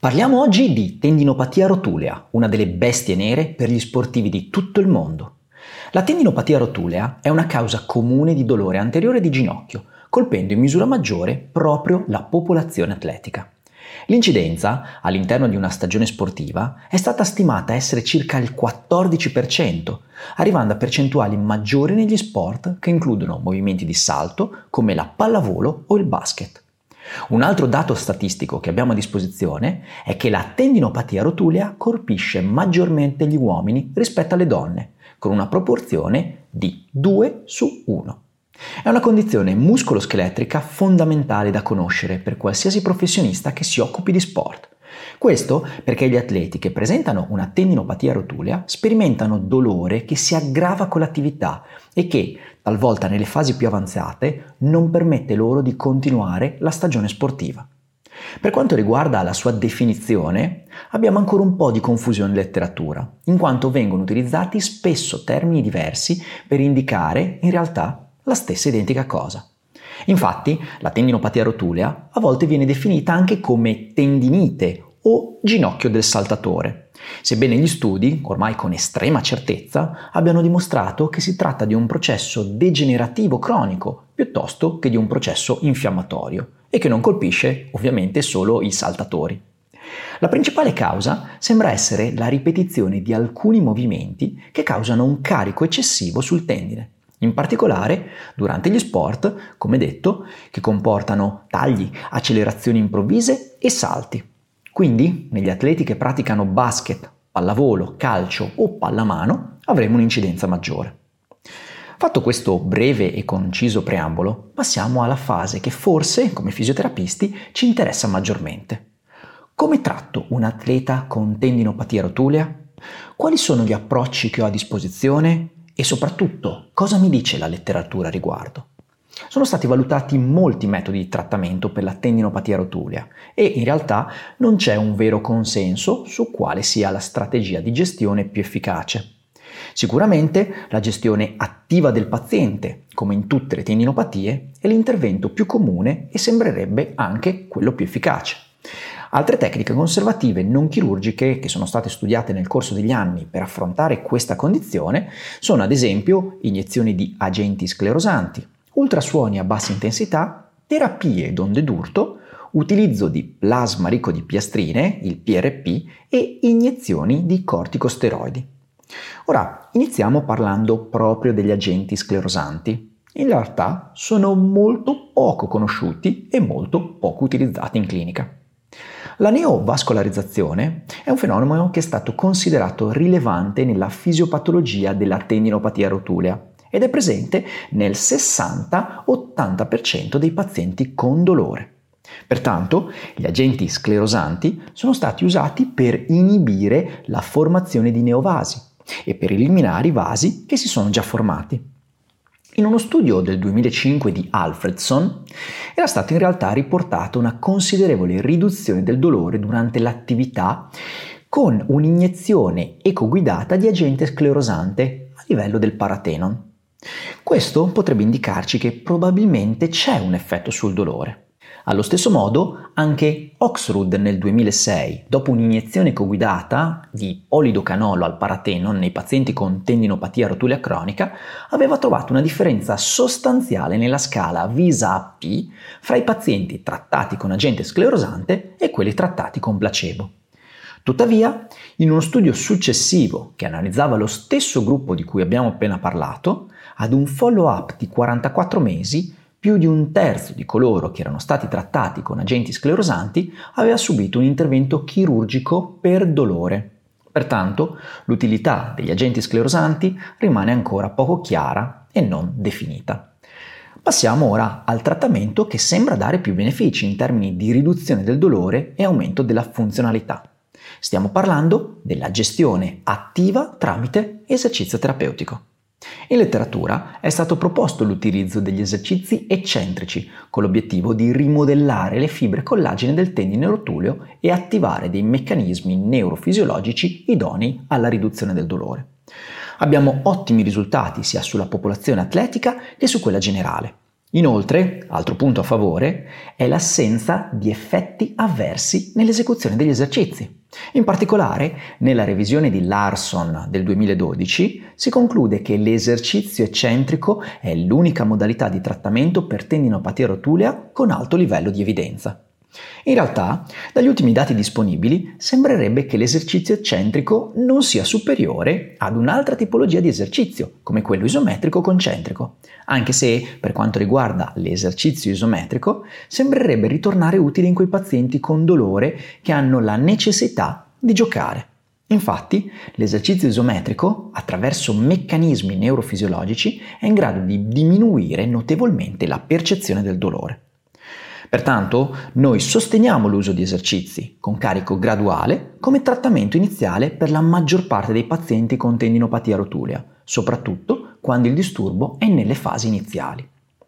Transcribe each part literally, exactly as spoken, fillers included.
Parliamo oggi di tendinopatia rotulea, una delle bestie nere per gli sportivi di tutto il mondo. La tendinopatia rotulea è una causa comune di dolore anteriore di ginocchio, colpendo in misura maggiore proprio la popolazione atletica. L'incidenza, all'interno di una stagione sportiva, è stata stimata essere circa il quattordici per cento, arrivando a percentuali maggiori negli sport che includono movimenti di salto come la pallavolo o il basket. Un altro dato statistico che abbiamo a disposizione è che la tendinopatia rotulea colpisce maggiormente gli uomini rispetto alle donne, con una proporzione di due su uno. È una condizione muscoloscheletrica fondamentale da conoscere per qualsiasi professionista che si occupi di sport. Questo perché gli atleti che presentano una tendinopatia rotulea sperimentano dolore che si aggrava con l'attività e che, talvolta nelle fasi più avanzate, non permette loro di continuare la stagione sportiva. Per quanto riguarda la sua definizione, abbiamo ancora un po' di confusione in letteratura, in quanto vengono utilizzati spesso termini diversi per indicare, in realtà, la stessa identica cosa. Infatti, la tendinopatia rotulea a volte viene definita anche come tendinite o ginocchio del saltatore, sebbene gli studi, ormai con estrema certezza, abbiano dimostrato che si tratta di un processo degenerativo cronico piuttosto che di un processo infiammatorio e che non colpisce ovviamente solo i saltatori. La principale causa sembra essere la ripetizione di alcuni movimenti che causano un carico eccessivo sul tendine, in particolare durante gli sport, come detto, che comportano tagli, accelerazioni improvvise e salti. Quindi, negli atleti che praticano basket, pallavolo, calcio o pallamano, avremo un'incidenza maggiore. Fatto questo breve e conciso preambolo, passiamo alla fase che forse, come fisioterapisti, ci interessa maggiormente. Come tratto un atleta con tendinopatia rotulea? Quali sono gli approcci che ho a disposizione? E soprattutto, cosa mi dice la letteratura a riguardo? Sono stati valutati molti metodi di trattamento per la tendinopatia rotulea e in realtà non c'è un vero consenso su quale sia la strategia di gestione più efficace. Sicuramente la gestione attiva del paziente, come in tutte le tendinopatie, è l'intervento più comune e sembrerebbe anche quello più efficace. Altre tecniche conservative non chirurgiche che sono state studiate nel corso degli anni per affrontare questa condizione sono ad esempio iniezioni di agenti sclerosanti, ultrasuoni a bassa intensità, terapie d'onde d'urto, utilizzo di plasma ricco di piastrine, il P R P, e iniezioni di corticosteroidi. Ora, iniziamo parlando proprio degli agenti sclerosanti. In realtà sono molto poco conosciuti e molto poco utilizzati in clinica. La neovascolarizzazione è un fenomeno che è stato considerato rilevante nella fisiopatologia della tendinopatia rotulea ed è presente nel sessanta ottanta per cento dei pazienti con dolore. Pertanto, gli agenti sclerosanti sono stati usati per inibire la formazione di neovasi e per eliminare i vasi che si sono già formati. In uno studio del duemilacinque di Alfredson era stata in realtà riportata una considerevole riduzione del dolore durante l'attività con un'iniezione ecoguidata di agente sclerosante a livello del paratenon. Questo potrebbe indicarci che probabilmente c'è un effetto sul dolore. Allo stesso modo, anche Oxrud nel duemilasei, dopo un'iniezione coguidata di polidocanolo al paratenon nei pazienti con tendinopatia rotulea cronica, aveva trovato una differenza sostanziale nella scala VISA-P fra i pazienti trattati con agente sclerosante e quelli trattati con placebo. Tuttavia, in uno studio successivo che analizzava lo stesso gruppo di cui abbiamo appena parlato, ad un follow-up di quarantaquattro mesi, più di un terzo di coloro che erano stati trattati con agenti sclerosanti aveva subito un intervento chirurgico per dolore. Pertanto, l'utilità degli agenti sclerosanti rimane ancora poco chiara e non definita. Passiamo ora al trattamento che sembra dare più benefici in termini di riduzione del dolore e aumento della funzionalità. Stiamo parlando della gestione attiva tramite esercizio terapeutico. In letteratura è stato proposto l'utilizzo degli esercizi eccentrici con l'obiettivo di rimodellare le fibre collagene del tendine rotuleo e attivare dei meccanismi neurofisiologici idonei alla riduzione del dolore. Abbiamo ottimi risultati sia sulla popolazione atletica che su quella generale. Inoltre, altro punto a favore, è l'assenza di effetti avversi nell'esecuzione degli esercizi. In particolare, nella revisione di Larson del duemiladodici si conclude che l'esercizio eccentrico è l'unica modalità di trattamento per tendinopatia rotulea con alto livello di evidenza. In realtà, dagli ultimi dati disponibili, sembrerebbe che l'esercizio eccentrico non sia superiore ad un'altra tipologia di esercizio, come quello isometrico concentrico, anche se, per quanto riguarda l'esercizio isometrico, sembrerebbe ritornare utile in quei pazienti con dolore che hanno la necessità di giocare. Infatti, l'esercizio isometrico, attraverso meccanismi neurofisiologici, è in grado di diminuire notevolmente la percezione del dolore. Pertanto, noi sosteniamo l'uso di esercizi con carico graduale come trattamento iniziale per la maggior parte dei pazienti con tendinopatia rotulea, soprattutto quando il disturbo è nelle fasi iniziali.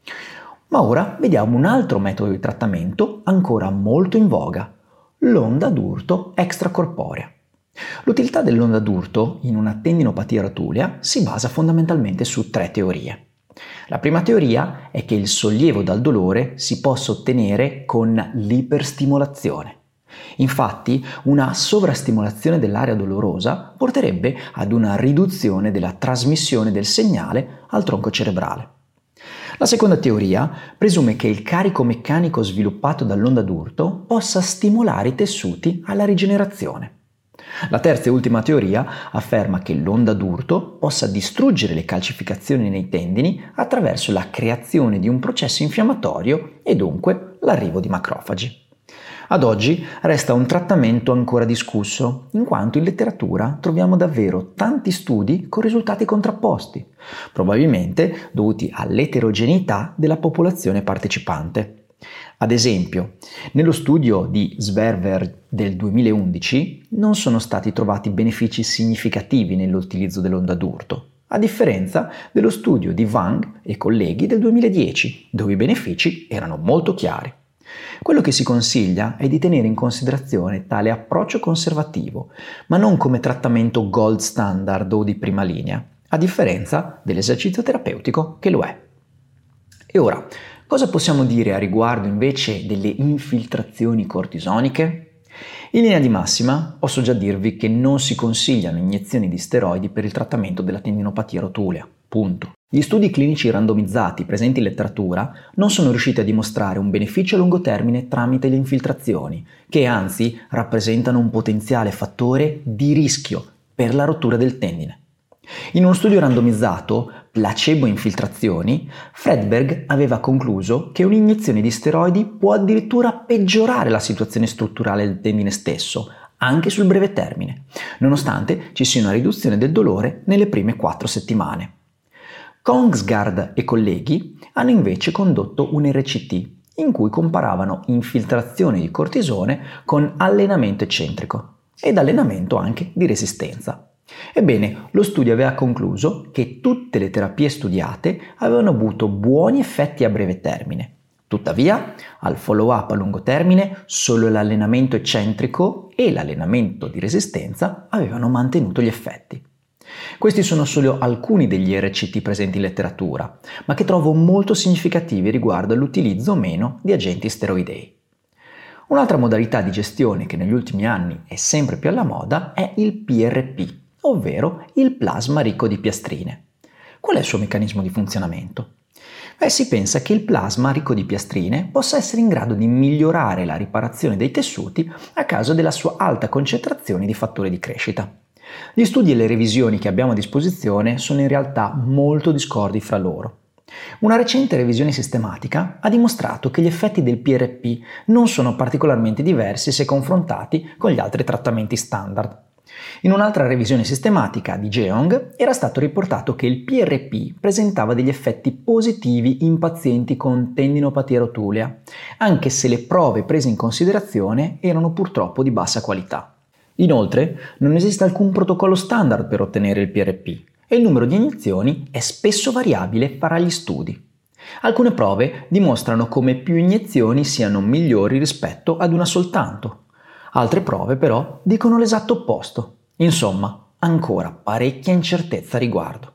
Ma ora vediamo un altro metodo di trattamento ancora molto in voga, l'onda d'urto extracorporea. L'utilità dell'onda d'urto in una tendinopatia rotulea si basa fondamentalmente su tre teorie. La prima teoria è che il sollievo dal dolore si possa ottenere con l'iperstimolazione. Infatti, una sovrastimolazione dell'area dolorosa porterebbe ad una riduzione della trasmissione del segnale al tronco cerebrale. La seconda teoria presume che il carico meccanico sviluppato dall'onda d'urto possa stimolare i tessuti alla rigenerazione. La terza e ultima teoria afferma che l'onda d'urto possa distruggere le calcificazioni nei tendini attraverso la creazione di un processo infiammatorio e dunque l'arrivo di macrofagi. Ad oggi resta un trattamento ancora discusso, in quanto in letteratura troviamo davvero tanti studi con risultati contrapposti, probabilmente dovuti all'eterogeneità della popolazione partecipante. Ad esempio, nello studio di Zverver del duemilaundici non sono stati trovati benefici significativi nell'utilizzo dell'onda d'urto, a differenza dello studio di Wang e colleghi del duemiladieci, dove i benefici erano molto chiari. Quello che si consiglia è di tenere in considerazione tale approccio conservativo, ma non come trattamento gold standard o di prima linea, a differenza dell'esercizio terapeutico che lo è. E ora, cosa possiamo dire a riguardo invece delle infiltrazioni cortisoniche? In linea di massima posso già dirvi che non si consigliano iniezioni di steroidi per il trattamento della tendinopatia rotulea. Punto. Gli studi clinici randomizzati presenti in letteratura non sono riusciti a dimostrare un beneficio a lungo termine tramite le infiltrazioni, che anzi rappresentano un potenziale fattore di rischio per la rottura del tendine. In uno studio randomizzato, placebo-infiltrazioni, Fredberg aveva concluso che un'iniezione di steroidi può addirittura peggiorare la situazione strutturale del tendine stesso, anche sul breve termine, nonostante ci sia una riduzione del dolore nelle prime quattro settimane. Kongsgaard e colleghi hanno invece condotto un R C T in cui comparavano infiltrazione di cortisone con allenamento eccentrico ed allenamento anche di resistenza. Ebbene, lo studio aveva concluso che tutte le terapie studiate avevano avuto buoni effetti a breve termine. Tuttavia, al follow-up a lungo termine, solo l'allenamento eccentrico e l'allenamento di resistenza avevano mantenuto gli effetti. Questi sono solo alcuni degli R C T presenti in letteratura, ma che trovo molto significativi riguardo all'utilizzo o meno di agenti steroidei. Un'altra modalità di gestione che negli ultimi anni è sempre più alla moda è il P R P, ovvero il plasma ricco di piastrine. Qual è il suo meccanismo di funzionamento? Beh, si pensa che il plasma ricco di piastrine possa essere in grado di migliorare la riparazione dei tessuti a causa della sua alta concentrazione di fattore di crescita. Gli studi e le revisioni che abbiamo a disposizione sono in realtà molto discordi fra loro. Una recente revisione sistematica ha dimostrato che gli effetti del P R P non sono particolarmente diversi se confrontati con gli altri trattamenti standard. In un'altra revisione sistematica di Jeong era stato riportato che il P R P presentava degli effetti positivi in pazienti con tendinopatia rotulea, anche se le prove prese in considerazione erano purtroppo di bassa qualità. Inoltre, non esiste alcun protocollo standard per ottenere il P R P e il numero di iniezioni è spesso variabile fra gli studi. Alcune prove dimostrano come più iniezioni siano migliori rispetto ad una soltanto. Altre prove però dicono l'esatto opposto. Insomma, ancora parecchia incertezza a riguardo.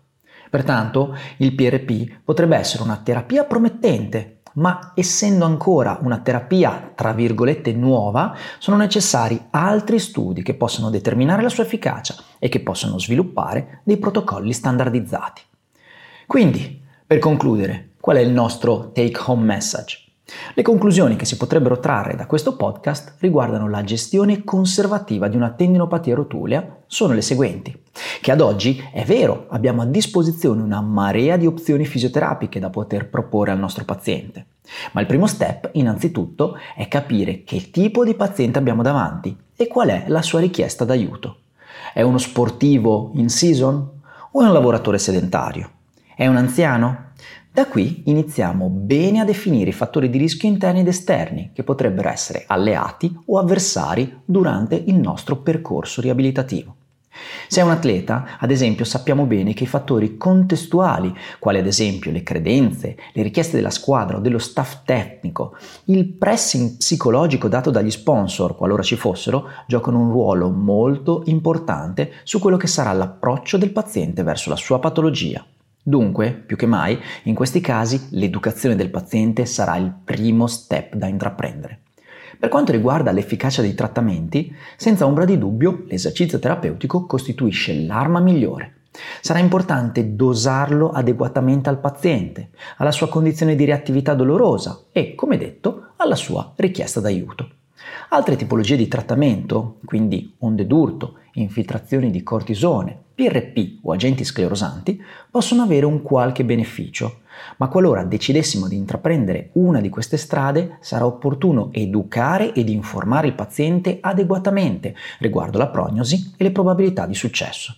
Pertanto il P R P potrebbe essere una terapia promettente, ma essendo ancora una terapia tra virgolette nuova, sono necessari altri studi che possano determinare la sua efficacia e che possano sviluppare dei protocolli standardizzati. Quindi, per concludere, qual è il nostro take home message? Le conclusioni che si potrebbero trarre da questo podcast riguardano la gestione conservativa di una tendinopatia rotulea sono le seguenti: che ad oggi è vero, abbiamo a disposizione una marea di opzioni fisioterapiche da poter proporre al nostro paziente, ma il primo step innanzitutto è capire che tipo di paziente abbiamo davanti e qual è la sua richiesta d'aiuto. È uno sportivo in season o è un lavoratore sedentario? È un anziano? Da qui iniziamo bene a definire i fattori di rischio interni ed esterni che potrebbero essere alleati o avversari durante il nostro percorso riabilitativo. Se è un atleta, ad esempio, sappiamo bene che i fattori contestuali, quali ad esempio le credenze, le richieste della squadra o dello staff tecnico, il pressing psicologico dato dagli sponsor, qualora ci fossero, giocano un ruolo molto importante su quello che sarà l'approccio del paziente verso la sua patologia. Dunque, più che mai, in questi casi l'educazione del paziente sarà il primo step da intraprendere. Per quanto riguarda l'efficacia dei trattamenti, senza ombra di dubbio l'esercizio terapeutico costituisce l'arma migliore. Sarà importante dosarlo adeguatamente al paziente, alla sua condizione di reattività dolorosa e, come detto, alla sua richiesta d'aiuto. Altre tipologie di trattamento, quindi onde d'urto, infiltrazioni di cortisone, P R P o agenti sclerosanti, possono avere un qualche beneficio, ma qualora decidessimo di intraprendere una di queste strade, sarà opportuno educare ed informare il paziente adeguatamente riguardo la prognosi e le probabilità di successo.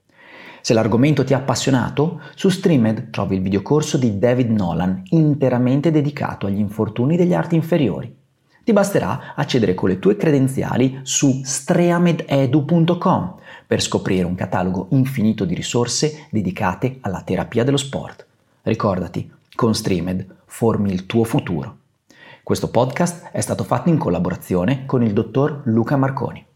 Se l'argomento ti ha appassionato, su Streamed trovi il videocorso di David Nolan interamente dedicato agli infortuni degli arti inferiori. Ti basterà accedere con le tue credenziali su streamededu punto com per scoprire un catalogo infinito di risorse dedicate alla terapia dello sport. Ricordati, con Streamed formi il tuo futuro. Questo podcast è stato fatto in collaborazione con il dottor Luca Marconi.